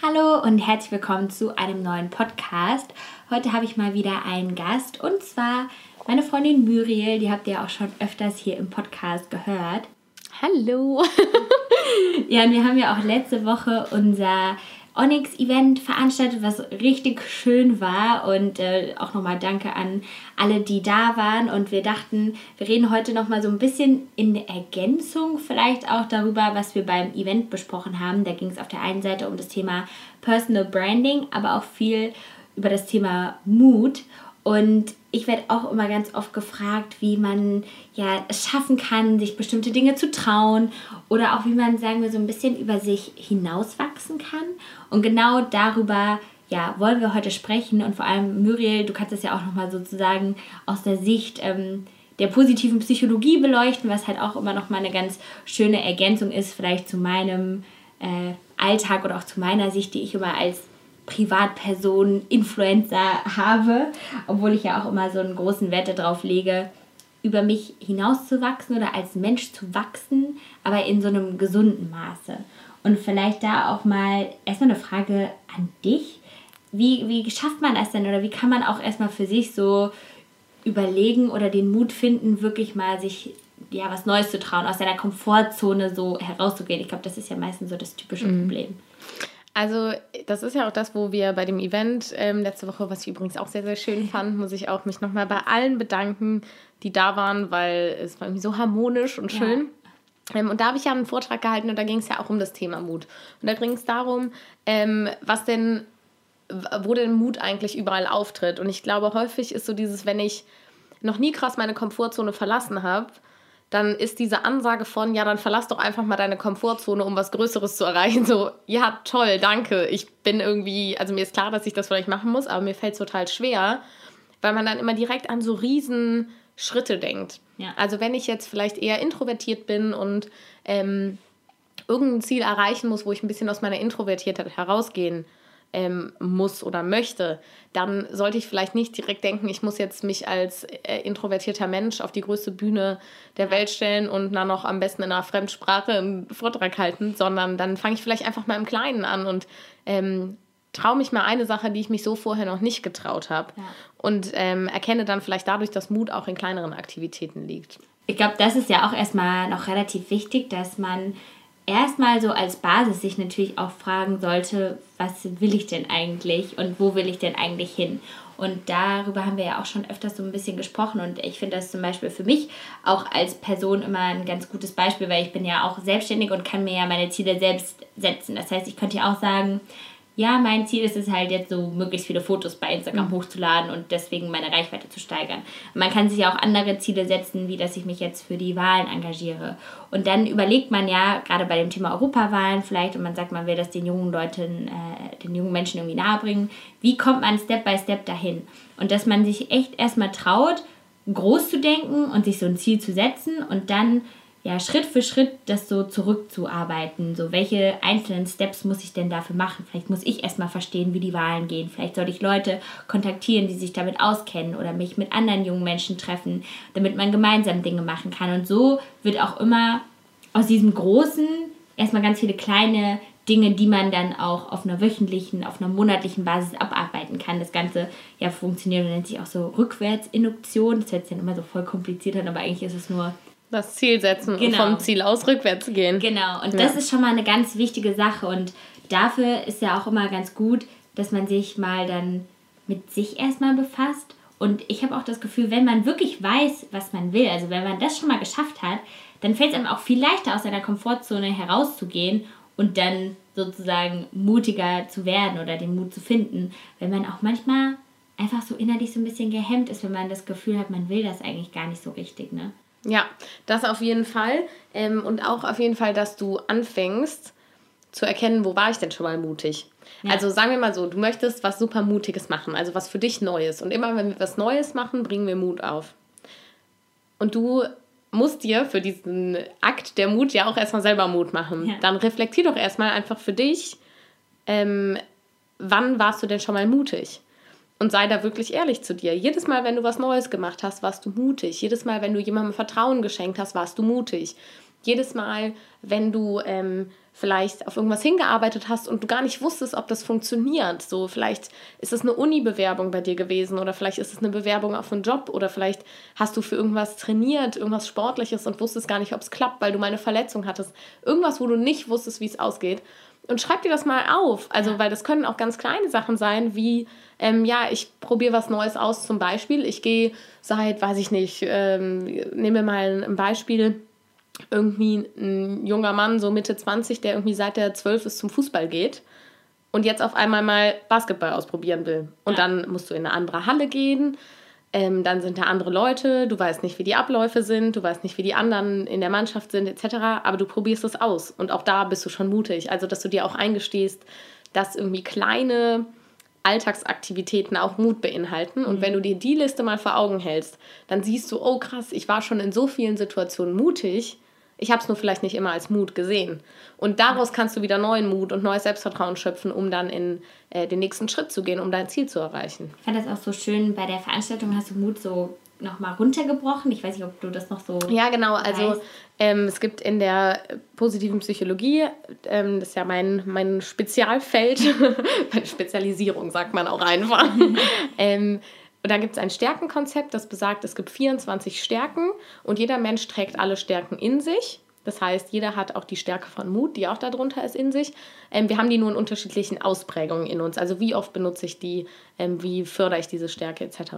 Hallo und herzlich willkommen zu einem neuen Podcast. Heute habe ich mal wieder einen Gast und zwar meine Freundin Muriel, die habt ihr auch schon öfters hier im Podcast gehört. Hallo! Ja, und wir haben ja auch letzte Woche unser Onyx-Event veranstaltet, was richtig schön war und auch nochmal danke an alle, die da waren und wir dachten, wir reden heute nochmal so ein bisschen in Ergänzung vielleicht auch darüber, was wir beim Event besprochen haben. Da ging es auf der einen Seite um das Thema Personal Branding, aber auch viel über das Thema Mut. Und ich werde auch immer ganz oft gefragt, wie man es schaffen kann, sich bestimmte Dinge zu trauen oder auch wie man, sagen wir, so ein bisschen über sich hinauswachsen kann. Und genau darüber wollen wir heute sprechen. Und vor allem, Muriel, du kannst es ja auch nochmal sozusagen aus der Sicht der positiven Psychologie beleuchten, was halt auch immer nochmal eine ganz schöne Ergänzung ist, vielleicht zu meinem Alltag oder auch zu meiner Sicht, die ich immer als Privatperson, Influencer habe, obwohl ich ja auch immer so einen großen Wert darauf lege, über mich hinauszuwachsen oder als Mensch zu wachsen, aber in so einem gesunden Maße. Und vielleicht da auch mal erstmal eine Frage an dich. Wie schafft man das denn oder wie kann man auch erstmal für sich so überlegen oder den Mut finden, wirklich mal sich was Neues zu trauen, aus seiner Komfortzone so herauszugehen? Ich glaube, das ist ja meistens so das typische Problem. Also das ist ja auch das, wo wir bei dem Event letzte Woche, was ich übrigens auch sehr, sehr schön fand, muss ich auch mich nochmal bei allen bedanken, die da waren, weil es war irgendwie so harmonisch und schön. Ja. Und da habe ich ja einen Vortrag gehalten und da ging es ja auch um das Thema Mut. Und da ging es darum, wo denn Mut eigentlich überall auftritt. Und ich glaube, häufig ist so dieses, wenn ich noch nie krass meine Komfortzone verlassen habe, dann ist diese Ansage von, dann verlass doch einfach mal deine Komfortzone, um was Größeres zu erreichen. So, ja, toll, danke. Ich bin irgendwie, also mir ist klar, dass ich das vielleicht machen muss, aber mir fällt es total schwer, weil man dann immer direkt an so riesen Schritte denkt. Ja. Also wenn ich jetzt vielleicht eher introvertiert bin und irgendein Ziel erreichen muss, wo ich ein bisschen aus meiner Introvertiertheit herausgehen muss oder möchte, dann sollte ich vielleicht nicht direkt denken, ich muss jetzt mich als introvertierter Mensch auf die größte Bühne der Welt stellen und dann noch am besten in einer Fremdsprache einen Vortrag halten, sondern dann fange ich vielleicht einfach mal im Kleinen an und traue mich mal eine Sache, die ich mich so vorher noch nicht getraut habe und erkenne dann vielleicht dadurch, dass Mut auch in kleineren Aktivitäten liegt. Ich glaube, das ist ja auch erstmal noch relativ wichtig, dass man erstmal so als Basis sich natürlich auch fragen sollte, was will ich denn eigentlich und wo will ich denn eigentlich hin? Und darüber haben wir ja auch schon öfters so ein bisschen gesprochen und ich finde das zum Beispiel für mich auch als Person immer ein ganz gutes Beispiel, weil ich bin ja auch selbstständig und kann mir ja meine Ziele selbst setzen. Das heißt, ich könnte ja auch sagen, mein Ziel ist es halt jetzt so, möglichst viele Fotos bei Instagram hochzuladen und deswegen meine Reichweite zu steigern. Man kann sich ja auch andere Ziele setzen, wie dass ich mich jetzt für die Wahlen engagiere. Und dann überlegt man ja, gerade bei dem Thema Europawahlen vielleicht, und man sagt, man will das den jungen Leuten, den jungen Menschen irgendwie nahebringen, wie kommt man Step by Step dahin? Und dass man sich echt erstmal traut, groß zu denken und sich so ein Ziel zu setzen und dann Schritt für Schritt das so zurückzuarbeiten. So, welche einzelnen Steps muss ich denn dafür machen? Vielleicht muss ich erstmal verstehen, wie die Wahlen gehen. Vielleicht sollte ich Leute kontaktieren, die sich damit auskennen oder mich mit anderen jungen Menschen treffen, damit man gemeinsam Dinge machen kann. Und so wird auch immer aus diesem Großen erstmal ganz viele kleine Dinge, die man dann auch auf einer wöchentlichen, auf einer monatlichen Basis abarbeiten kann. Das Ganze funktioniert und nennt sich auch so Rückwärtsinduktion. Das hört sich dann immer so voll kompliziert an, aber eigentlich ist es nur das Ziel setzen und vom Ziel aus rückwärts gehen. Genau, und das ist schon mal eine ganz wichtige Sache und dafür ist ja auch immer ganz gut, dass man sich mal dann mit sich erstmal befasst und ich habe auch das Gefühl, wenn man wirklich weiß, was man will, also wenn man das schon mal geschafft hat, dann fällt es einem auch viel leichter, aus seiner Komfortzone herauszugehen und dann sozusagen mutiger zu werden oder den Mut zu finden, wenn man auch manchmal einfach so innerlich so ein bisschen gehemmt ist, wenn man das Gefühl hat, man will das eigentlich gar nicht so richtig, ne? Ja, das auf jeden Fall. Und auch auf jeden Fall, dass du anfängst zu erkennen, wo war ich denn schon mal mutig. Ja. Also sagen wir mal so, du möchtest was super Mutiges machen, also was für dich Neues. Und immer wenn wir was Neues machen, bringen wir Mut auf. Und du musst dir für diesen Akt der Mut ja auch erstmal selber Mut machen. Ja. Dann reflektier doch erstmal einfach für dich, wann warst du denn schon mal mutig? Und sei da wirklich ehrlich zu dir. Jedes Mal, wenn du was Neues gemacht hast, warst du mutig. Jedes Mal, wenn du jemandem Vertrauen geschenkt hast, warst du mutig. Jedes Mal, wenn du vielleicht auf irgendwas hingearbeitet hast und du gar nicht wusstest, ob das funktioniert. So, vielleicht ist es eine Uni-Bewerbung bei dir gewesen oder vielleicht ist es eine Bewerbung auf einen Job oder vielleicht hast du für irgendwas trainiert, irgendwas Sportliches und wusstest gar nicht, ob es klappt, weil du mal eine Verletzung hattest. Irgendwas, wo du nicht wusstest, wie es ausgeht. Und schreib dir das mal auf. Also, weil das können auch ganz kleine Sachen sein, wie, ich probiere was Neues aus zum Beispiel. Ich gehe seit, weiß ich nicht, nehmen wir mal ein Beispiel, irgendwie ein junger Mann, so Mitte 20, der irgendwie seit der 12 ist zum Fußball geht und jetzt auf einmal mal Basketball ausprobieren will. Und dann musst du in eine andere Halle gehen, dann sind da andere Leute, du weißt nicht, wie die Abläufe sind, du weißt nicht, wie die anderen in der Mannschaft sind, etc., aber du probierst es aus und auch da bist du schon mutig. Also, dass du dir auch eingestehst, dass irgendwie kleine Alltagsaktivitäten auch Mut beinhalten. Und wenn du dir die Liste mal vor Augen hältst, dann siehst du, oh krass, ich war schon in so vielen Situationen mutig, ich habe es nur vielleicht nicht immer als Mut gesehen. Und daraus kannst du wieder neuen Mut und neues Selbstvertrauen schöpfen, um dann in den nächsten Schritt zu gehen, um dein Ziel zu erreichen. Ich fand das auch so schön, bei der Veranstaltung hast du Mut so nochmal runtergebrochen. Ich weiß nicht, ob du das noch so... Ja, genau. Also es gibt in der positiven Psychologie, das ist ja mein Spezialfeld, meine Spezialisierung, sagt man auch einfach. Und da gibt es ein Stärkenkonzept, das besagt, es gibt 24 Stärken und jeder Mensch trägt alle Stärken in sich. Das heißt, jeder hat auch die Stärke von Mut, die auch darunter ist, in sich. Wir haben die nur in unterschiedlichen Ausprägungen in uns. Also wie oft benutze ich die, wie fördere ich diese Stärke etc.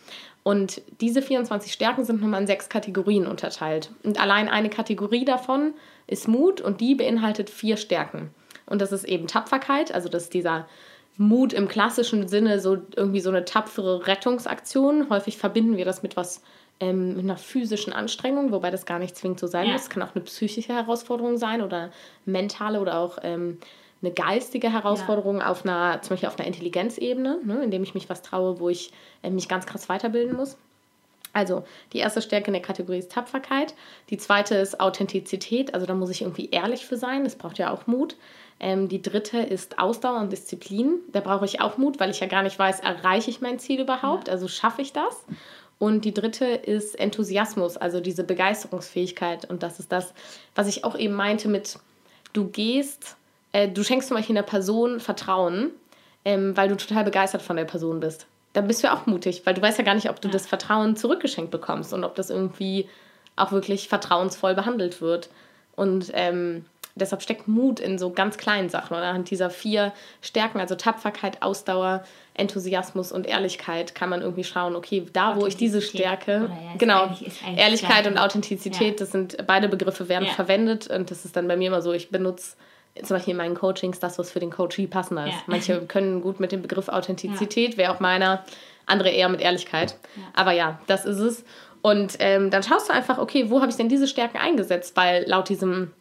Und diese 24 Stärken sind nochmal in 6 Kategorien unterteilt. Und allein eine Kategorie davon ist Mut und die beinhaltet 4 Stärken. Und das ist eben Tapferkeit, also das ist dieser Mut im klassischen Sinne, so irgendwie so eine tapfere Rettungsaktion. Häufig verbinden wir das mit was, mit einer physischen Anstrengung, wobei das gar nicht zwingend so sein muss. Es kann auch eine psychische Herausforderung sein oder mentale oder auch eine geistige Herausforderung auf einer, zum Beispiel auf einer Intelligenzebene, ne, indem ich mich was traue, wo ich mich ganz krass weiterbilden muss. Also die erste Stärke in der Kategorie ist Tapferkeit. Die zweite ist Authentizität, also da muss ich irgendwie ehrlich für sein, das braucht ja auch Mut. Die dritte ist Ausdauer und Disziplin. Da brauche ich auch Mut, weil ich ja gar nicht weiß, erreiche ich mein Ziel überhaupt, also schaffe ich das? Und die dritte ist Enthusiasmus, also diese Begeisterungsfähigkeit. Und das ist das, was ich auch eben meinte mit, du schenkst zum Beispiel einer Person Vertrauen, weil du total begeistert von der Person bist. Dann bist du ja auch mutig, weil du weißt ja gar nicht, ob du das Vertrauen zurückgeschenkt bekommst und ob das irgendwie auch wirklich vertrauensvoll behandelt wird. Und deshalb steckt Mut in so ganz kleinen Sachen. Und anhand dieser 4 Stärken, also Tapferkeit, Ausdauer, Enthusiasmus und Ehrlichkeit, kann man irgendwie schauen, okay, da wo ich diese Stärke, Ehrlichkeit und Authentizität, das sind beide Begriffe, werden verwendet und das ist dann bei mir immer so, ich benutze zum Beispiel in meinen Coachings das, was für den Coachee passender ist. Manche können gut mit dem Begriff Authentizität, wäre auch meiner, andere eher mit Ehrlichkeit. Ja. Aber ja, das ist es. Und dann schaust du einfach, okay, wo habe ich denn diese Stärken eingesetzt? Weil laut diesem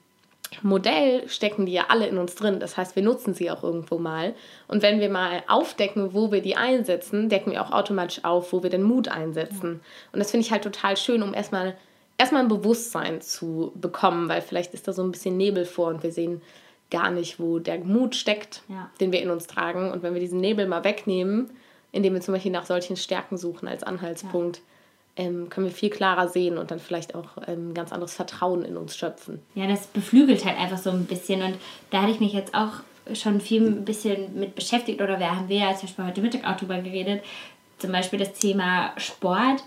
Modell stecken die ja alle in uns drin. Das heißt, wir nutzen sie auch irgendwo mal. Und wenn wir mal aufdecken, wo wir die einsetzen, decken wir auch automatisch auf, wo wir den Mut einsetzen. Und das finde ich halt total schön, um erstmal ein Bewusstsein zu bekommen, weil vielleicht ist da so ein bisschen Nebel vor und wir sehen gar nicht, wo der Mut steckt, den wir in uns tragen. Und wenn wir diesen Nebel mal wegnehmen, indem wir zum Beispiel nach solchen Stärken suchen als Anhaltspunkt, können wir viel klarer sehen und dann vielleicht auch ein ganz anderes Vertrauen in uns schöpfen. Ja, das beflügelt halt einfach so ein bisschen und da hatte ich mich jetzt auch schon viel ein bisschen mit beschäftigt oder haben wir ja zum Beispiel heute Mittag auch drüber geredet, zum Beispiel das Thema Sport,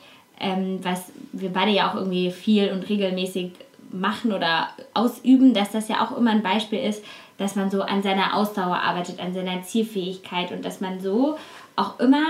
was wir beide ja auch irgendwie viel und regelmäßig machen oder ausüben, dass das ja auch immer ein Beispiel ist, dass man so an seiner Ausdauer arbeitet, an seiner Zielfähigkeit und dass man so auch immer,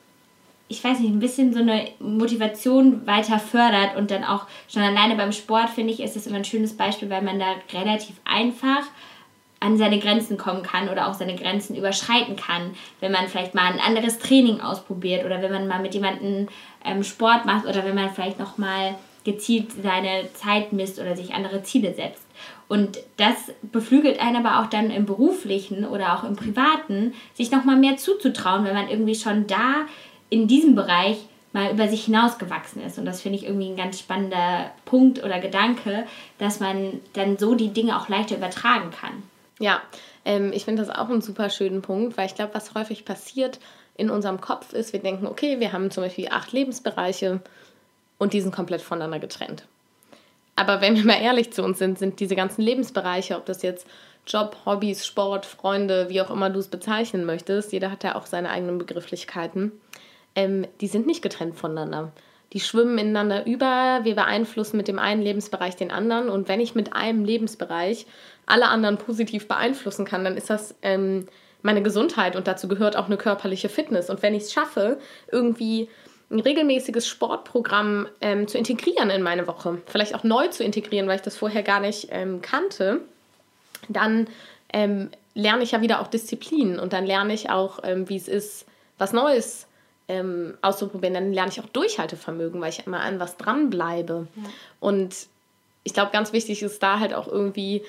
ich weiß nicht, ein bisschen so eine Motivation weiter fördert und dann auch schon alleine beim Sport, finde ich, ist das immer ein schönes Beispiel, weil man da relativ einfach an seine Grenzen kommen kann oder auch seine Grenzen überschreiten kann, wenn man vielleicht mal ein anderes Training ausprobiert oder wenn man mal mit jemandem Sport macht oder wenn man vielleicht noch mal gezielt seine Zeit misst oder sich andere Ziele setzt. Und das beflügelt einen aber auch dann im Beruflichen oder auch im Privaten, sich noch mal mehr zuzutrauen, wenn man irgendwie schon da in diesem Bereich mal über sich hinausgewachsen ist. Und das finde ich irgendwie ein ganz spannender Punkt oder Gedanke, dass man dann so die Dinge auch leichter übertragen kann. Ja, ich finde das auch einen super schönen Punkt, weil ich glaube, was häufig passiert in unserem Kopf ist, wir denken, okay, wir haben zum Beispiel 8 Lebensbereiche und die sind komplett voneinander getrennt. Aber wenn wir mal ehrlich zu uns sind, sind diese ganzen Lebensbereiche, ob das jetzt Job, Hobbys, Sport, Freunde, wie auch immer du es bezeichnen möchtest, jeder hat ja auch seine eigenen Begrifflichkeiten, die sind nicht getrennt voneinander. Die schwimmen ineinander über, wir beeinflussen mit dem einen Lebensbereich den anderen und wenn ich mit einem Lebensbereich alle anderen positiv beeinflussen kann, dann ist das meine Gesundheit und dazu gehört auch eine körperliche Fitness. Und wenn ich es schaffe, irgendwie ein regelmäßiges Sportprogramm zu integrieren in meine Woche, vielleicht auch neu zu integrieren, weil ich das vorher gar nicht kannte, dann lerne ich ja wieder auch Disziplin und dann lerne ich auch, wie es ist, was Neues auszuprobieren. Dann lerne ich auch Durchhaltevermögen, weil ich immer an was dranbleibe. Ja. Und ich glaube, ganz wichtig ist da halt auch irgendwie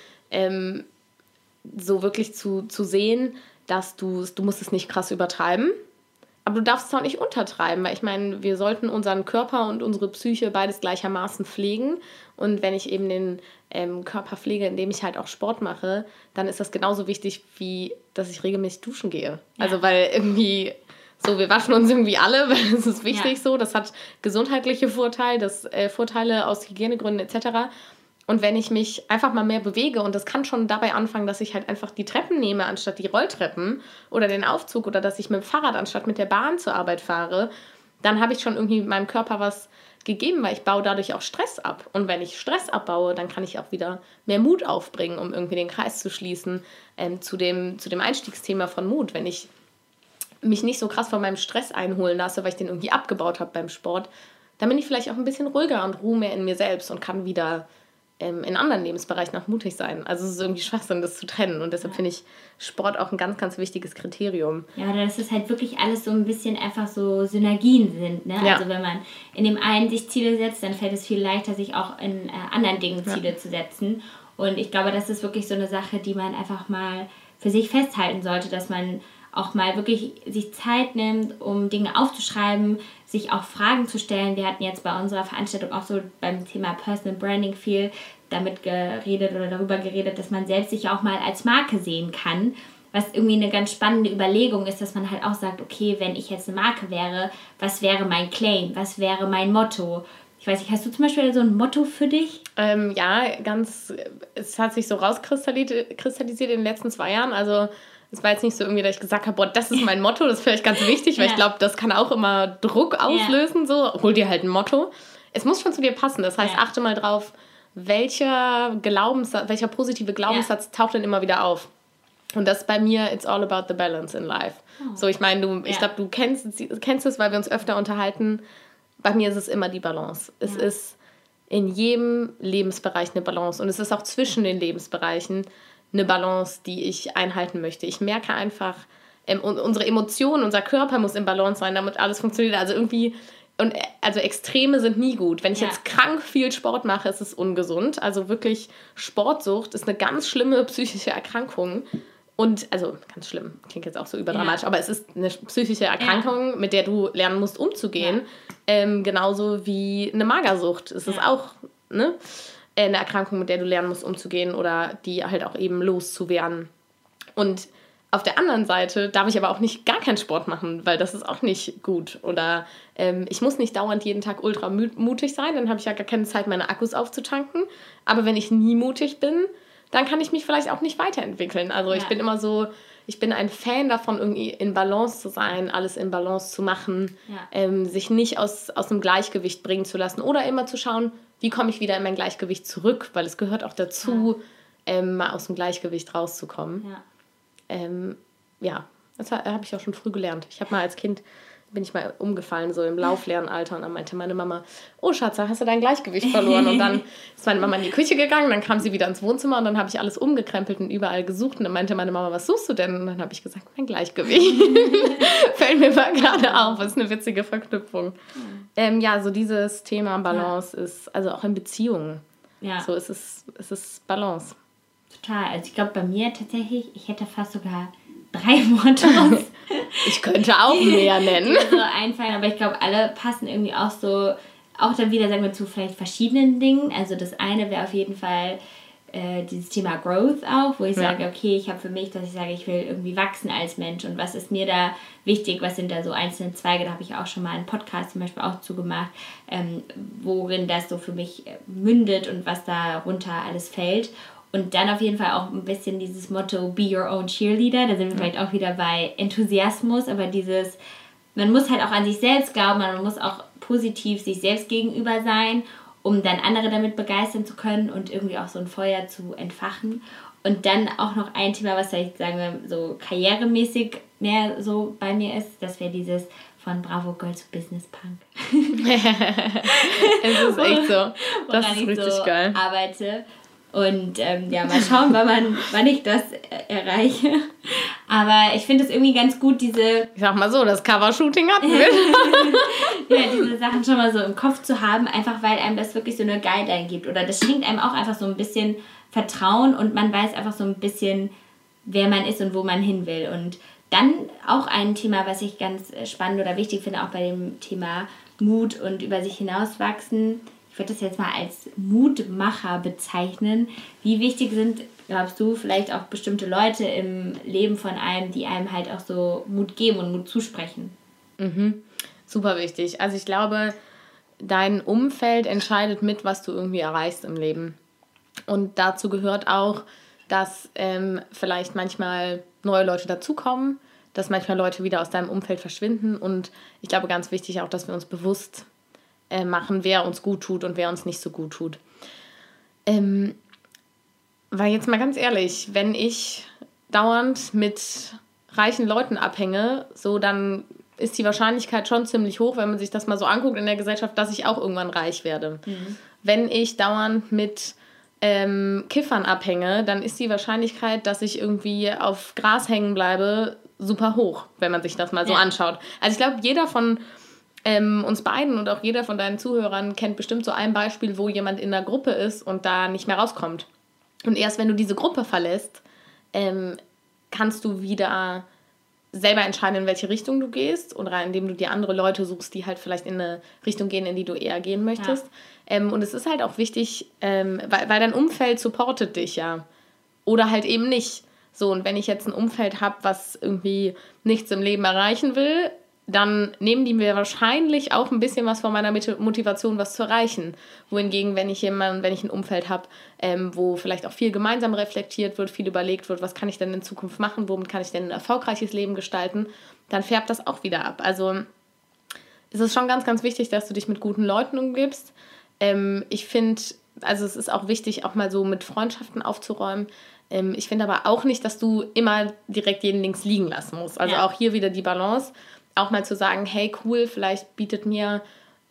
so wirklich zu sehen, dass du musst es nicht krass übertreiben, aber du darfst es auch nicht untertreiben, weil ich meine, wir sollten unseren Körper und unsere Psyche beides gleichermaßen pflegen und wenn ich eben den Körper pflege, indem ich halt auch Sport mache, dann ist das genauso wichtig, wie dass ich regelmäßig duschen gehe. Ja. Also weil irgendwie so, wir waschen uns irgendwie alle, weil das ist wichtig so, das hat gesundheitliche Vorteile, Vorteile aus Hygienegründen etc., und wenn ich mich einfach mal mehr bewege, und das kann schon dabei anfangen, dass ich halt einfach die Treppen nehme, anstatt die Rolltreppen oder den Aufzug oder dass ich mit dem Fahrrad anstatt mit der Bahn zur Arbeit fahre, dann habe ich schon irgendwie meinem Körper was gegeben, weil ich baue dadurch auch Stress ab. Und wenn ich Stress abbaue, dann kann ich auch wieder mehr Mut aufbringen, um irgendwie den Kreis zu schließen zu dem Einstiegsthema von Mut. Wenn ich mich nicht so krass von meinem Stress einholen lasse, weil ich den irgendwie abgebaut habe beim Sport, dann bin ich vielleicht auch ein bisschen ruhiger und ruhe mehr in mir selbst und kann wieder in anderen Lebensbereichen auch mutig sein. Also es ist irgendwie Schwachsinn, das zu trennen. Und deshalb finde ich Sport auch ein ganz, ganz wichtiges Kriterium. Ja, dass es halt wirklich alles so ein bisschen einfach so Synergien sind. Ne? Ja. Also wenn man in dem einen sich Ziele setzt, dann fällt es viel leichter, sich auch in anderen Dingen Ziele zu setzen. Und ich glaube, das ist wirklich so eine Sache, die man einfach mal für sich festhalten sollte, dass man auch mal wirklich sich Zeit nimmt, um Dinge aufzuschreiben, sich auch Fragen zu stellen. Wir hatten jetzt bei unserer Veranstaltung auch so beim Thema Personal Branding viel darüber geredet, dass man selbst sich auch mal als Marke sehen kann, was irgendwie eine ganz spannende Überlegung ist, dass man halt auch sagt, okay, wenn ich jetzt eine Marke wäre, was wäre mein Claim, was wäre mein Motto? Ich weiß nicht, hast du zum Beispiel so ein Motto für dich? Es hat sich so rauskristallisiert in den letzten 2 Jahren, also es war jetzt nicht so irgendwie, dass ich gesagt habe, boah, das ist mein Motto, das ist vielleicht ganz wichtig, weil ich glaube, das kann auch immer Druck auslösen, so, hol dir halt ein Motto. Es muss schon zu dir passen, das heißt, achte mal drauf, welcher positive Glaubenssatz taucht denn immer wieder auf. Und das ist bei mir, it's all about the balance in life. Oh. So, ich meine, ich glaube, du kennst es, weil wir uns öfter unterhalten. Bei mir ist es immer die Balance. Es ist in jedem Lebensbereich eine Balance und es ist auch zwischen den Lebensbereichen eine Balance, die ich einhalten möchte. Ich merke einfach, unsere Emotionen, unser Körper muss im Balance sein, damit alles funktioniert. Also irgendwie, also Extreme sind nie gut. Wenn ich jetzt krank viel Sport mache, ist es ungesund. Also wirklich, Sportsucht ist eine ganz schlimme psychische Erkrankung. Und, also ganz schlimm, klingt jetzt auch so überdramatisch, aber es ist eine psychische Erkrankung, mit der du lernen musst, umzugehen. Genauso wie eine Magersucht. Es ist auch eine Erkrankung, mit der du lernen musst, umzugehen oder die halt auch eben loszuwerden. Und auf der anderen Seite darf ich aber auch nicht gar keinen Sport machen, weil das ist auch nicht gut. Oder ich muss nicht dauernd jeden Tag ultra mutig sein, dann habe ich ja gar keine Zeit, meine Akkus aufzutanken. Aber wenn ich nie mutig bin, dann kann ich mich vielleicht auch nicht weiterentwickeln. Also ich bin immer so, ich bin ein Fan davon, irgendwie in Balance zu sein, alles in Balance zu machen, sich nicht aus dem Gleichgewicht bringen zu lassen oder immer zu schauen, wie komme ich wieder in mein Gleichgewicht zurück, weil es gehört auch dazu, mal aus dem Gleichgewicht rauszukommen. Das habe ich auch schon früh gelernt. Ich habe mal als Kind, bin ich mal umgefallen, so im Lauflernalter, und dann meinte meine Mama, oh Schatz, hast du dein Gleichgewicht verloren? Und dann ist meine Mama in die Küche gegangen, dann kam sie wieder ins Wohnzimmer und dann habe ich alles umgekrempelt und überall gesucht und dann meinte meine Mama, was suchst du denn? Und dann habe ich gesagt, mein Gleichgewicht. Fällt mir mal gerade auf, das ist eine witzige Verknüpfung. So dieses Thema Balance ist, also auch in Beziehungen, so es ist Balance. Total, also ich glaube bei mir tatsächlich, ich hätte fast sogar 3 Mottos. Ich könnte auch mehr nennen. Die so einfallen, aber ich glaube, alle passen irgendwie auch so, auch dann wieder, sagen wir, zu vielleicht verschiedenen Dingen. Also das eine wäre auf jeden Fall dieses Thema Growth auch, wo ich sage, okay, ich habe für mich, dass ich sage, ich will irgendwie wachsen als Mensch und was ist mir da wichtig, was sind da so einzelne Zweige, da habe ich auch schon mal einen Podcast zum Beispiel auch zugemacht, worin das so für mich mündet und was darunter alles fällt. Und dann auf jeden Fall auch ein bisschen dieses Motto, be your own cheerleader. Da sind wir vielleicht auch wieder bei Enthusiasmus, aber man muss halt auch an sich selbst glauben, man muss auch positiv sich selbst gegenüber sein, um dann andere damit begeistern zu können und irgendwie auch so ein Feuer zu entfachen. Und dann auch noch ein Thema, was vielleicht, sagen wir, so karrieremäßig mehr so bei mir ist, das wäre dieses von Bravo Girl zu Business Punk. Es ist echt so. Das ist richtig so geil. Arbeite. Und mal schauen, wann ich das erreiche. Aber ich finde es irgendwie ganz gut, Ich sag mal so, das Covershooting hatten wir. Ja, diese Sachen schon mal so im Kopf zu haben, einfach weil einem das wirklich so eine Guideline gibt. Oder das schenkt einem auch einfach so ein bisschen Vertrauen und man weiß einfach so ein bisschen, wer man ist und wo man hin will. Und dann auch ein Thema, was ich ganz spannend oder wichtig finde, auch bei dem Thema Mut und über sich hinauswachsen. Ich würde das jetzt mal als Mutmacher bezeichnen. Wie wichtig sind, glaubst du, vielleicht auch bestimmte Leute im Leben von einem, die einem halt auch so Mut geben und Mut zusprechen? Super wichtig. Also ich glaube, dein Umfeld entscheidet mit, was du irgendwie erreichst im Leben. Und dazu gehört auch, dass vielleicht manchmal neue Leute dazukommen, dass manchmal Leute wieder aus deinem Umfeld verschwinden. Und ich glaube, ganz wichtig auch, dass wir uns bewusst machen, wer uns gut tut und wer uns nicht so gut tut. Weil jetzt mal ganz ehrlich, wenn ich dauernd mit reichen Leuten abhänge, so dann ist die Wahrscheinlichkeit schon ziemlich hoch, wenn man sich das mal so anguckt in der Gesellschaft, dass ich auch irgendwann reich werde. Wenn ich dauernd mit Kiffern abhänge, dann ist die Wahrscheinlichkeit, dass ich irgendwie auf Gras hängen bleibe, super hoch, wenn man sich das mal so anschaut. Also ich glaube, jeder von uns beiden und auch jeder von deinen Zuhörern kennt bestimmt so ein Beispiel, wo jemand in einer Gruppe ist und da nicht mehr rauskommt. Und erst wenn du diese Gruppe verlässt, kannst du wieder selber entscheiden, in welche Richtung du gehst oder indem du dir andere Leute suchst, die halt vielleicht in eine Richtung gehen, in die du eher gehen möchtest. Und es ist halt auch wichtig, weil dein Umfeld supportet dich ja. Oder halt eben nicht. So, und wenn ich jetzt ein Umfeld habe, was irgendwie nichts im Leben erreichen will, dann nehmen die mir wahrscheinlich auch ein bisschen was von meiner Motivation, was zu erreichen. Wohingegen, wenn ich ein Umfeld habe, wo vielleicht auch viel gemeinsam reflektiert wird, viel überlegt wird, was kann ich denn in Zukunft machen, womit kann ich denn ein erfolgreiches Leben gestalten, dann färbt das auch wieder ab. Also es ist schon ganz, ganz wichtig, dass du dich mit guten Leuten umgibst. Ich finde, also es ist auch wichtig, auch mal so mit Freundschaften aufzuräumen. Ich finde aber auch nicht, dass du immer direkt jeden links liegen lassen musst. Also auch hier wieder die Balance. Auch mal zu sagen, hey cool, vielleicht bietet mir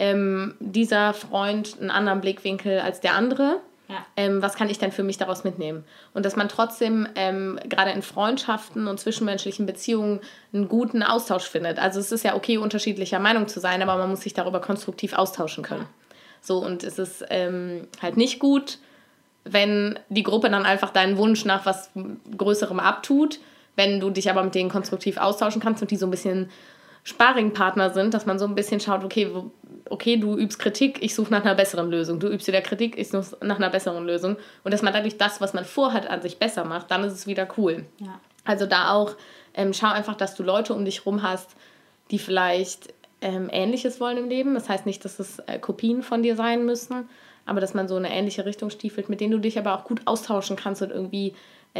dieser Freund einen anderen Blickwinkel als der andere. Was kann ich denn für mich daraus mitnehmen? Und dass man trotzdem gerade in Freundschaften und zwischenmenschlichen Beziehungen einen guten Austausch findet. Also es ist ja okay, unterschiedlicher Meinung zu sein, aber man muss sich darüber konstruktiv austauschen können. So, und es ist halt nicht gut, wenn die Gruppe dann einfach deinen Wunsch nach was Größerem abtut, wenn du dich aber mit denen konstruktiv austauschen kannst und die so ein bisschen Sparringpartner sind, dass man so ein bisschen schaut, okay, du übst Kritik, ich suche nach einer besseren Lösung. Du übst wieder Kritik, ich suche nach einer besseren Lösung. Und dass man dadurch das, was man vorhat, an sich besser macht, dann ist es wieder cool. Ja. Also da auch, schau einfach, dass du Leute um dich rum hast, die vielleicht Ähnliches wollen im Leben. Das heißt nicht, dass es Kopien von dir sein müssen, aber dass man so eine ähnliche Richtung stiefelt, mit denen du dich aber auch gut austauschen kannst und irgendwie,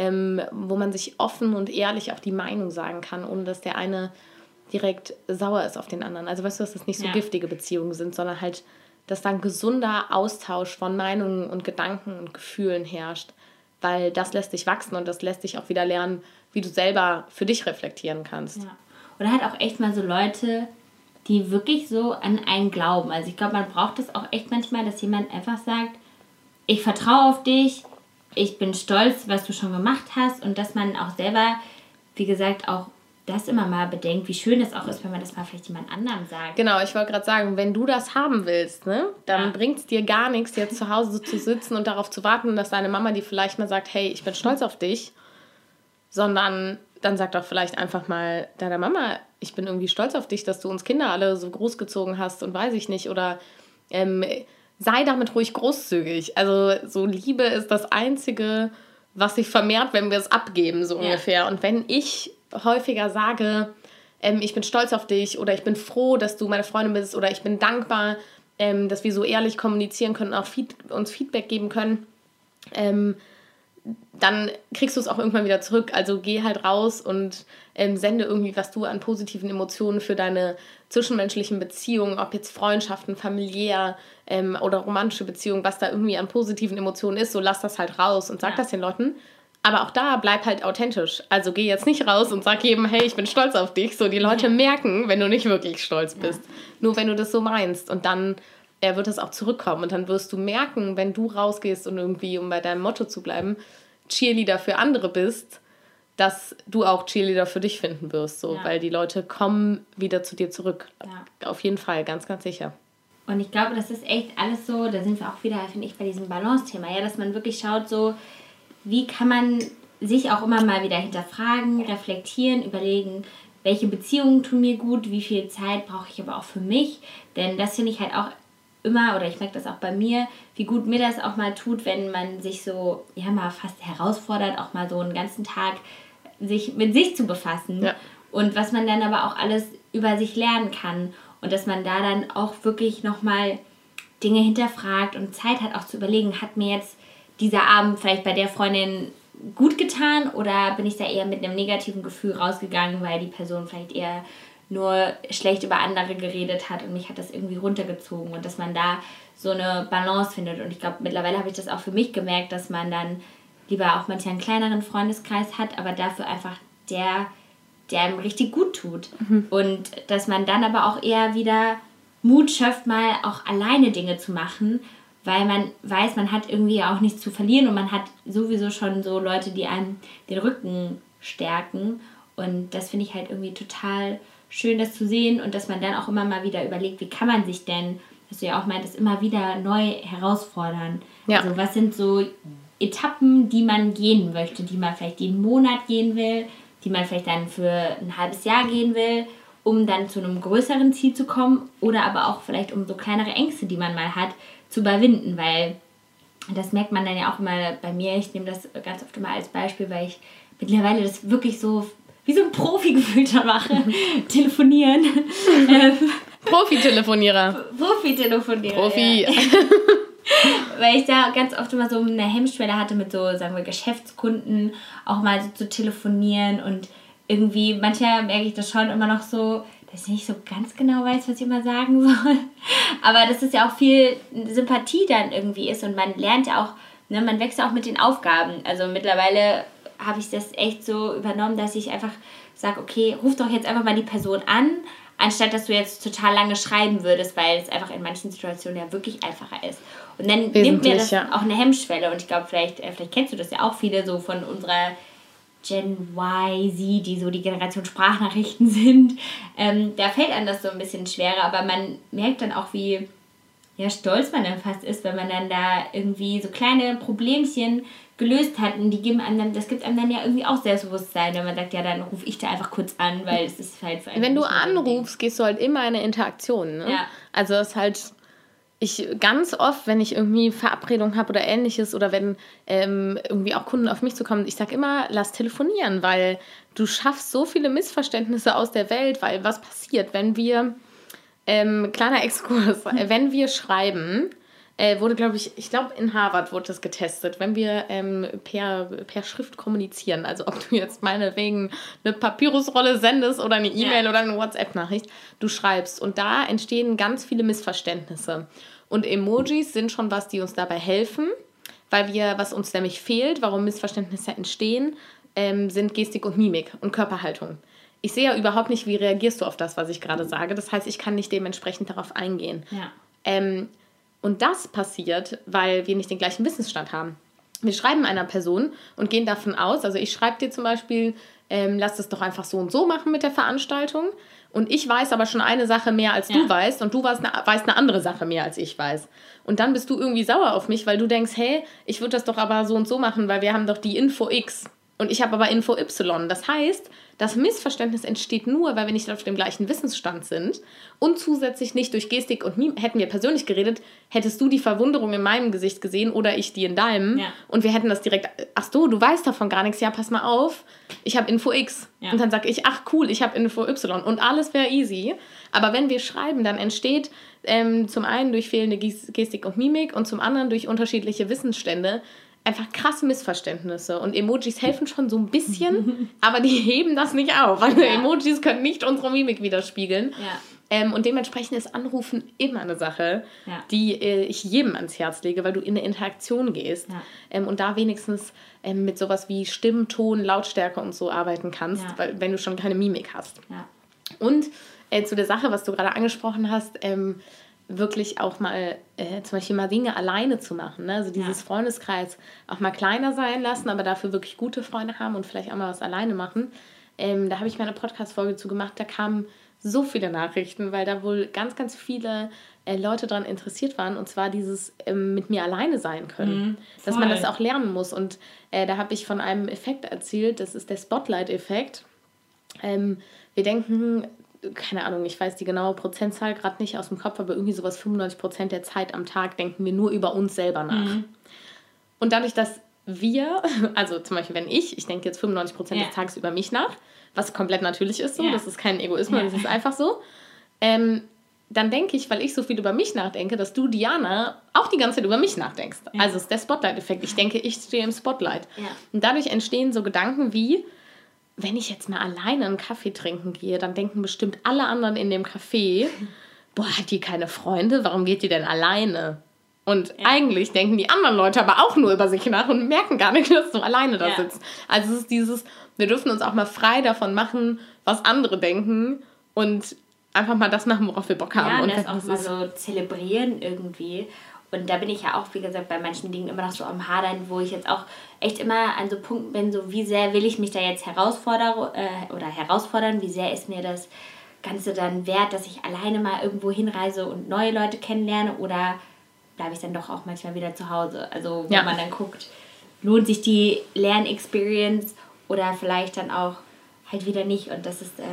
wo man sich offen und ehrlich auch die Meinung sagen kann, ohne dass der eine direkt sauer ist auf den anderen. Also weißt du, dass das nicht so giftige Beziehungen sind, sondern halt, dass da ein gesunder Austausch von Meinungen und Gedanken und Gefühlen herrscht, weil das lässt dich wachsen und das lässt dich auch wieder lernen, wie du selber für dich reflektieren kannst. Ja. Oder halt auch echt mal so Leute, die wirklich so an einen glauben. Also ich glaube, man braucht das auch echt manchmal, dass jemand einfach sagt, ich vertraue auf dich, ich bin stolz, was du schon gemacht hast und dass man auch selber, wie gesagt, auch das immer mal bedenkt, wie schön es auch ist, wenn man das mal vielleicht jemand anderem sagt. Genau, ich wollte gerade sagen, wenn du das haben willst, ne, dann bringt es dir gar nichts, jetzt zu Hause zu sitzen und darauf zu warten, dass deine Mama dir vielleicht mal sagt, hey, ich bin stolz auf dich, sondern dann sag doch vielleicht einfach mal deiner Mama, ich bin irgendwie stolz auf dich, dass du uns Kinder alle so großgezogen hast und weiß ich nicht, oder sei damit ruhig großzügig. Also so Liebe ist das Einzige, was sich vermehrt, wenn wir es abgeben, so ungefähr. Und wenn ich häufiger sage, ich bin stolz auf dich oder ich bin froh, dass du meine Freundin bist oder ich bin dankbar, dass wir so ehrlich kommunizieren können und auch uns Feedback geben können, dann kriegst du es auch irgendwann wieder zurück. Also geh halt raus und sende irgendwie, was du an positiven Emotionen für deine zwischenmenschlichen Beziehungen, ob jetzt Freundschaften, familiär oder romantische Beziehungen, was da irgendwie an positiven Emotionen ist, so lass das halt raus und sag das den Leuten. Aber auch da bleib halt authentisch. Also geh jetzt nicht raus und sag jedem, hey, ich bin stolz auf dich. So, die Leute merken, wenn du nicht wirklich stolz bist. Nur wenn du das so meinst. Und dann wird es auch zurückkommen. Und dann wirst du merken, wenn du rausgehst und irgendwie, um bei deinem Motto zu bleiben, Cheerleader für andere bist, dass du auch Cheerleader für dich finden wirst. So, weil die Leute kommen wieder zu dir zurück. Ja. Auf jeden Fall, ganz, ganz sicher. Und ich glaube, das ist echt alles so, da sind wir auch wieder, finde ich, bei diesem Balance-Thema, ja, dass man wirklich schaut, so, wie kann man sich auch immer mal wieder hinterfragen, reflektieren, überlegen, welche Beziehungen tun mir gut, wie viel Zeit brauche ich aber auch für mich. Denn das finde ich halt auch immer, oder ich merke das auch bei mir, wie gut mir das auch mal tut, wenn man sich so, ja, mal fast herausfordert, auch mal so einen ganzen Tag sich mit sich zu befassen. Ja. Und was man dann aber auch alles über sich lernen kann. Und dass man da dann auch wirklich nochmal Dinge hinterfragt und Zeit hat auch zu überlegen, hat mir jetzt dieser Abend vielleicht bei der Freundin gut getan oder bin ich da eher mit einem negativen Gefühl rausgegangen, weil die Person vielleicht eher nur schlecht über andere geredet hat und mich hat das irgendwie runtergezogen und dass man da so eine Balance findet. Und ich glaube, mittlerweile habe ich das auch für mich gemerkt, dass man dann lieber auch manchmal einen kleineren Freundeskreis hat, aber dafür einfach der einem richtig gut tut. Und dass man dann aber auch eher wieder Mut schöpft, mal auch alleine Dinge zu machen, weil man weiß, man hat irgendwie auch nichts zu verlieren und man hat sowieso schon so Leute, die einem den Rücken stärken. Und das finde ich halt irgendwie total schön, das zu sehen und dass man dann auch immer mal wieder überlegt, wie kann man sich denn, was du ja auch meintest, immer wieder neu herausfordern. Ja. Also was sind so Etappen, die man gehen möchte, die man vielleicht jeden Monat gehen will, die man vielleicht dann für ein halbes Jahr gehen will, um dann zu einem größeren Ziel zu kommen oder aber auch vielleicht um so kleinere Ängste, die man mal hat, zu überwinden, weil das merkt man dann ja auch immer bei mir. Ich nehme das ganz oft immer als Beispiel, weil ich mittlerweile das wirklich so wie so ein Profi gefühlt schon mache. Telefonieren. Profitelefonierer. Profi. Ja. Weil ich da ganz oft immer so eine Hemmschwelle hatte mit so, sagen wir, Geschäftskunden auch mal so zu telefonieren und irgendwie, manchmal merke ich das schon immer noch so, dass ich nicht so ganz genau weiß, was ich immer sagen soll. Aber dass es ja auch viel Sympathie dann irgendwie ist und man lernt ja auch, ne, man wächst ja auch mit den Aufgaben. Also mittlerweile habe ich das echt so übernommen, dass ich einfach sage, okay, ruf doch jetzt einfach mal die Person an, anstatt dass du jetzt total lange schreiben würdest, weil es einfach in manchen Situationen ja wirklich einfacher ist. Und dann nimmt mir das auch eine Hemmschwelle. Und ich glaube, vielleicht kennst du das ja auch viele so von unserer Gen Y, Z, die so die Generation Sprachnachrichten sind. Da fällt einem das so ein bisschen schwerer, aber man merkt dann auch, wie stolz man dann fast ist, wenn man dann da irgendwie so kleine Problemchen gelöst hat und die geben einem dann, das gibt einem dann ja irgendwie auch Selbstbewusstsein, wenn man sagt, ja, dann rufe ich da einfach kurz an, weil es ist halt für einen. Wenn du anrufst, gehst du halt immer in eine Interaktion. Ne? Ja. Also das ist halt, ich ganz oft, wenn ich irgendwie Verabredung habe oder ähnliches oder wenn irgendwie auch Kunden auf mich zukommen, ich sage immer, lass telefonieren, weil du schaffst so viele Missverständnisse aus der Welt, weil was passiert, wenn wir, kleiner Exkurs, wenn wir schreiben, wurde, glaube ich glaube in Harvard wurde das getestet, wenn wir per Schrift kommunizieren, also ob du jetzt meinetwegen eine Papyrusrolle sendest oder eine E-Mail oder eine WhatsApp-Nachricht, du schreibst und da entstehen ganz viele Missverständnisse und Emojis sind schon was, die uns dabei helfen, weil was uns nämlich fehlt, warum Missverständnisse entstehen, sind Gestik und Mimik und Körperhaltung. Ich sehe ja überhaupt nicht, wie reagierst du auf das, was ich gerade sage, das heißt, ich kann nicht dementsprechend darauf eingehen. Ja. Und das passiert, weil wir nicht den gleichen Wissensstand haben. Wir schreiben einer Person und gehen davon aus, also ich schreibe dir zum Beispiel, lass es doch einfach so und so machen mit der Veranstaltung. Und ich weiß aber schon eine Sache mehr, als du weißt. Und du weißt eine andere Sache mehr, als ich weiß. Und dann bist du irgendwie sauer auf mich, weil du denkst, hey, ich würde das doch aber so und so machen, weil wir haben doch die Info X. Und ich habe aber Info Y. Das heißt, das Missverständnis entsteht nur, weil wir nicht auf dem gleichen Wissensstand sind und zusätzlich nicht durch Gestik und Mimik. Hätten wir persönlich geredet, hättest du die Verwunderung in meinem Gesicht gesehen oder ich die in deinem. Ja. Und wir hätten das direkt, ach so, du weißt davon gar nichts, ja, pass mal auf, ich habe Info X. Ja. Und dann sage ich, ach cool, ich habe Info Y. Und alles wäre easy. Aber wenn wir schreiben, dann entsteht zum einen durch fehlende Gestik und Mimik und zum anderen durch unterschiedliche Wissensstände einfach krasse Missverständnisse. Und Emojis helfen schon so ein bisschen, aber die heben das nicht auf. Also Emojis können nicht unsere Mimik widerspiegeln. Ja. Und dementsprechend ist Anrufen immer eine Sache, die ich jedem ans Herz lege, weil du in eine Interaktion gehst. Ja. Und da wenigstens mit sowas wie Stimm, Ton, Lautstärke und so arbeiten kannst, weil, wenn du schon keine Mimik hast. Ja. Und zu der Sache, was du gerade angesprochen hast, wirklich auch mal zum Beispiel mal Dinge alleine zu machen. Ne? Also dieses Freundeskreis auch mal kleiner sein lassen, aber dafür wirklich gute Freunde haben und vielleicht auch mal was alleine machen. Da habe ich mal eine Podcast-Folge zu gemacht, da kamen so viele Nachrichten, weil da wohl ganz, ganz viele Leute daran interessiert waren, und zwar dieses mit mir alleine sein können. Dass man das auch lernen muss. Und da habe ich von einem Effekt erzählt, das ist der Spotlight-Effekt. Wir denken, keine Ahnung, ich weiß die genaue Prozentzahl gerade nicht aus dem Kopf, aber irgendwie sowas 95% der Zeit am Tag denken wir nur über uns selber nach. Und dadurch, dass wir, also zum Beispiel wenn ich denke jetzt 95% des Tages über mich nach, was komplett natürlich ist so, das ist kein Egoismus, das ist einfach so, dann denke ich, weil ich so viel über mich nachdenke, dass du, Diana, auch die ganze Zeit über mich nachdenkst. Also es ist der Spotlight-Effekt. Ich denke, ich stehe im Spotlight. Und dadurch entstehen so Gedanken wie, wenn ich jetzt mal alleine einen Kaffee trinken gehe, dann denken bestimmt alle anderen in dem Café, boah, hat die keine Freunde? Warum geht die denn alleine? Und eigentlich denken die anderen Leute aber auch nur über sich nach und merken gar nicht, dass du alleine da sitzt. Also es ist dieses, wir dürfen uns auch mal frei davon machen, was andere denken und einfach mal das machen, worauf wir Bock haben. Ja, und das auch mal so zelebrieren irgendwie. Und da bin ich ja auch, wie gesagt, bei manchen Dingen immer noch so am Hadern, wo ich jetzt auch echt immer an so Punkten bin, so wie sehr will ich mich da jetzt herausfordern, wie sehr ist mir das Ganze dann wert, dass ich alleine mal irgendwo hinreise und neue Leute kennenlerne, oder bleibe ich dann doch auch manchmal wieder zu Hause. Also wenn man dann guckt, lohnt sich die Lernexperience oder vielleicht dann auch halt wieder nicht. Und das ist,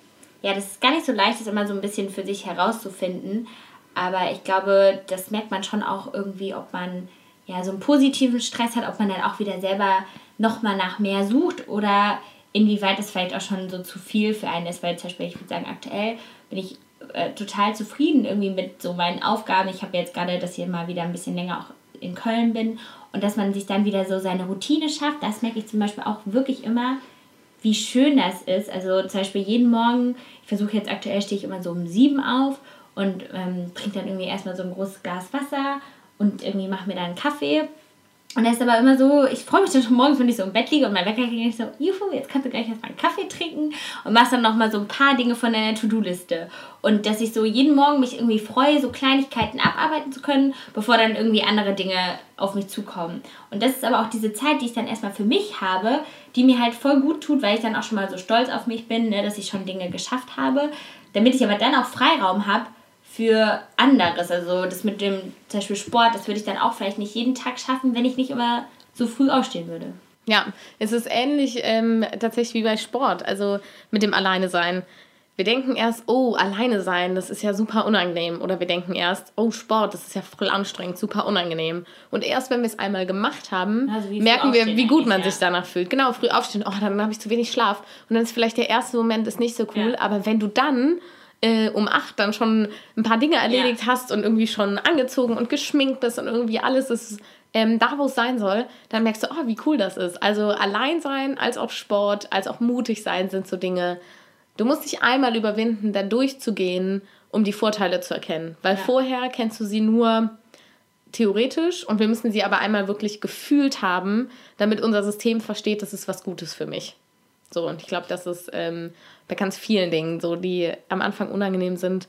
das ist gar nicht so leicht, das immer so ein bisschen für sich herauszufinden. Aber ich glaube, das merkt man schon auch irgendwie, ob man so einen positiven Stress hat, ob man dann auch wieder selber nochmal nach mehr sucht oder inwieweit es vielleicht auch schon so zu viel für einen ist. Weil zum Beispiel, ich würde sagen, aktuell bin ich total zufrieden irgendwie mit so meinen Aufgaben. Ich habe jetzt gerade, dass ich mal wieder ein bisschen länger auch in Köln bin und dass man sich dann wieder so seine Routine schafft. Das merke ich zum Beispiel auch wirklich immer, wie schön das ist. Also zum Beispiel jeden Morgen, ich versuche jetzt aktuell, stehe ich immer so um 7 auf und trinke dann irgendwie erstmal so ein großes Glas Wasser und irgendwie mache mir dann einen Kaffee. Und das ist aber immer so, ich freue mich dann schon morgens, wenn ich so im Bett liege und mein Wecker geht so, juhu, jetzt kannst du gleich erstmal einen Kaffee trinken und machst dann nochmal so ein paar Dinge von deiner To-Do-Liste. Und dass ich so jeden Morgen mich irgendwie freue, so Kleinigkeiten abarbeiten zu können, bevor dann irgendwie andere Dinge auf mich zukommen. Und das ist aber auch diese Zeit, die ich dann erstmal für mich habe, die mir halt voll gut tut, weil ich dann auch schon mal so stolz auf mich bin, ne, dass ich schon Dinge geschafft habe, damit ich aber dann auch Freiraum habe für anderes. Also das mit dem zum Beispiel Sport, das würde ich dann auch vielleicht nicht jeden Tag schaffen, wenn ich nicht immer so früh aufstehen würde. Ja, es ist ähnlich tatsächlich wie bei Sport, also mit dem Alleine sein. Wir denken erst, oh, alleine sein, das ist ja super unangenehm. Oder wir denken erst, oh, Sport, das ist ja voll anstrengend, super unangenehm. Und erst wenn wir es einmal gemacht haben, also merken wir, wie gut man sich danach fühlt. Genau, früh aufstehen, oh, dann habe ich zu wenig Schlaf. Und dann ist vielleicht der erste Moment ist nicht so cool, aber wenn du dann um 8 dann schon ein paar Dinge erledigt hast und irgendwie schon angezogen und geschminkt bist und irgendwie alles ist da, wo es sein soll, dann merkst du, oh, wie cool das ist. Also allein sein, als auch Sport, als auch mutig sein sind so Dinge. Du musst dich einmal überwinden, da durchzugehen, um die Vorteile zu erkennen. Weil vorher kennst du sie nur theoretisch und wir müssen sie aber einmal wirklich gefühlt haben, damit unser System versteht, das ist was Gutes für mich. So, und ich glaube, das ist bei ganz vielen Dingen so, die am Anfang unangenehm sind,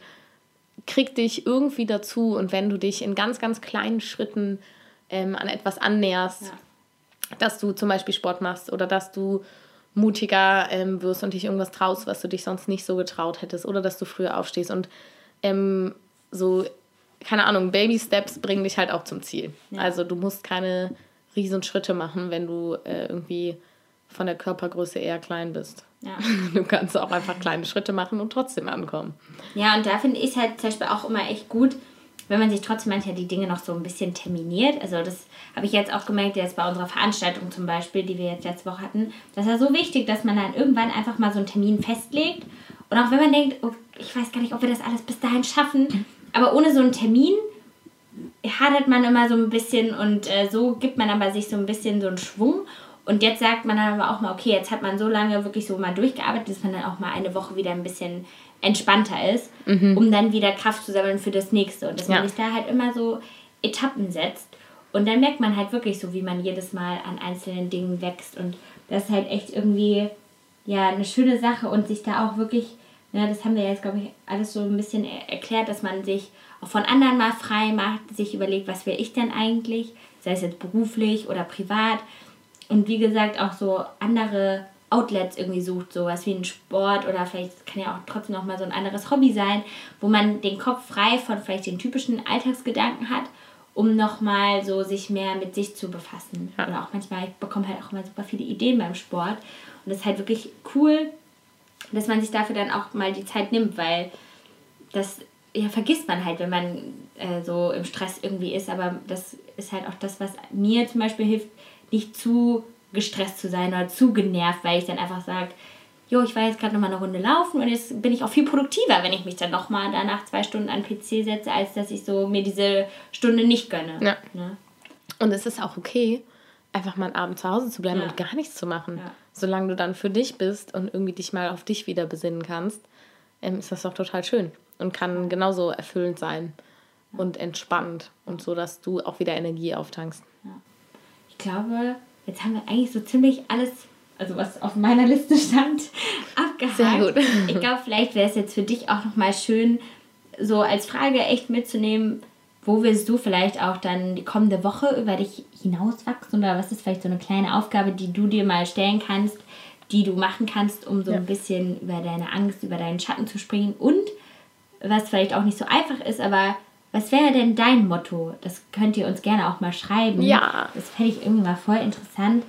krieg dich irgendwie dazu, und wenn du dich in ganz, ganz kleinen Schritten an etwas annäherst, dass du zum Beispiel Sport machst oder dass du mutiger wirst und dich irgendwas traust, was du dich sonst nicht so getraut hättest, oder dass du früher aufstehst und so, keine Ahnung, Baby-Steps bringen dich halt auch zum Ziel. Ja. Also du musst keine riesen Schritte machen, wenn du irgendwie von der Körpergröße eher klein bist. Ja. Du kannst auch einfach kleine Schritte machen und trotzdem ankommen. Ja, und da finde ich es halt zum Beispiel auch immer echt gut, wenn man sich trotzdem manchmal die Dinge noch so ein bisschen terminiert. Also das habe ich jetzt auch gemerkt, jetzt bei unserer Veranstaltung zum Beispiel, die wir jetzt letzte Woche hatten. Das ist ja so wichtig, dass man dann irgendwann einfach mal so einen Termin festlegt. Und auch wenn man denkt, oh, ich weiß gar nicht, ob wir das alles bis dahin schaffen, aber ohne so einen Termin hadert man immer so ein bisschen und so gibt man aber sich so ein bisschen so einen Schwung. Und jetzt sagt man dann aber auch mal, okay, jetzt hat man so lange wirklich so mal durchgearbeitet, dass man dann auch mal eine Woche wieder ein bisschen entspannter ist, um dann wieder Kraft zu sammeln für das Nächste. Und dass man sich da halt immer so Etappen setzt. Und dann merkt man halt wirklich so, wie man jedes Mal an einzelnen Dingen wächst. Und das ist halt echt irgendwie eine schöne Sache. Und sich da auch wirklich, das haben wir jetzt, glaube ich, alles so ein bisschen erklärt, dass man sich auch von anderen mal frei macht, sich überlegt, was will ich denn eigentlich, sei es jetzt beruflich oder privat. Und wie gesagt, auch so andere Outlets irgendwie sucht, sowas wie ein Sport oder vielleicht kann ja auch trotzdem noch mal so ein anderes Hobby sein, wo man den Kopf frei von vielleicht den typischen Alltagsgedanken hat, um nochmal so sich mehr mit sich zu befassen. Ja. Oder auch manchmal, ich bekomme halt auch immer super viele Ideen beim Sport. Und das ist halt wirklich cool, dass man sich dafür dann auch mal die Zeit nimmt, weil das vergisst man halt, wenn man so im Stress irgendwie ist. Aber das ist halt auch das, was mir zum Beispiel hilft, nicht zu gestresst zu sein oder zu genervt, weil ich dann einfach sage, ich war jetzt gerade nochmal eine Runde laufen und jetzt bin ich auch viel produktiver, wenn ich mich dann nochmal danach 2 Stunden an den PC setze, als dass ich so mir diese Stunde nicht gönne. Ja. Ne? Und es ist auch okay, einfach mal einen Abend zu Hause zu bleiben und gar nichts zu machen. Ja. Solange du dann für dich bist und irgendwie dich mal auf dich wieder besinnen kannst, ist das doch total schön und kann genauso erfüllend sein und entspannend und so, dass du auch wieder Energie auftankst. Ja. Ich glaube, jetzt haben wir eigentlich so ziemlich alles, also was auf meiner Liste stand, abgehakt. Sehr gut. Ich glaube, vielleicht wäre es jetzt für dich auch nochmal schön, so als Frage echt mitzunehmen, wo willst du vielleicht auch dann die kommende Woche über dich hinauswachsen oder was ist vielleicht so eine kleine Aufgabe, die du dir mal stellen kannst, die du machen kannst, um so ein bisschen über deine Angst, über deinen Schatten zu springen und was vielleicht auch nicht so einfach ist, aber was wäre denn dein Motto? Das könnt ihr uns gerne auch mal schreiben. Ja. Das fände ich irgendwie mal voll interessant,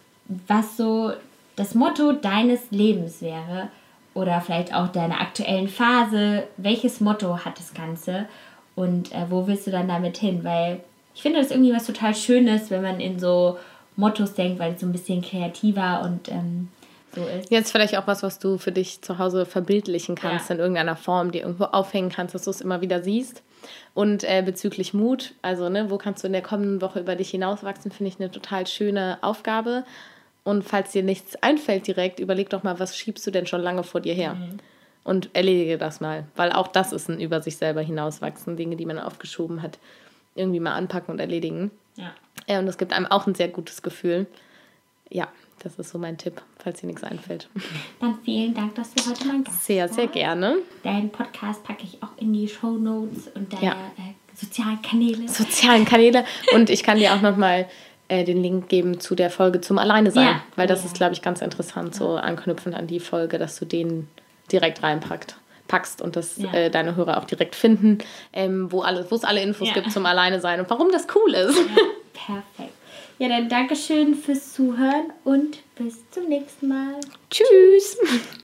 was so das Motto deines Lebens wäre oder vielleicht auch deiner aktuellen Phase. Welches Motto hat das Ganze und wo willst du dann damit hin? Weil ich finde das irgendwie was total Schönes, wenn man in so Mottos denkt, weil es so ein bisschen kreativer und so ist. Jetzt vielleicht auch was du für dich zu Hause verbildlichen kannst in irgendeiner Form, die irgendwo aufhängen kannst, dass du es immer wieder siehst. Und bezüglich Mut, also wo kannst du in der kommenden Woche über dich hinauswachsen, finde ich eine total schöne Aufgabe. Und falls dir nichts einfällt direkt, überleg doch mal, was schiebst du denn schon lange vor dir her? Und erledige das mal, weil auch das ist ein über sich selber hinauswachsen, Dinge, die man aufgeschoben hat, irgendwie mal anpacken und erledigen. Ja. Und es gibt einem auch ein sehr gutes Gefühl. Ja, das ist so mein Tipp, falls dir nichts einfällt. Dann vielen Dank, dass du heute mein Gast warst. Sehr, sehr gerne. Deinen Podcast packe ich auch in die Shownotes und deine sozialen Kanäle. Sozialen Kanäle. Und ich kann dir auch nochmal den Link geben zu der Folge zum Alleine sein, weil das ist, glaube ich, ganz interessant, so anknüpfend an die Folge, dass du den direkt reinpackst und dass deine Hörer auch direkt finden, wo es alle Infos gibt zum Alleine sein und warum das cool ist. Ja, perfekt. Ja, dann Dankeschön fürs Zuhören und bis zum nächsten Mal. Tschüss.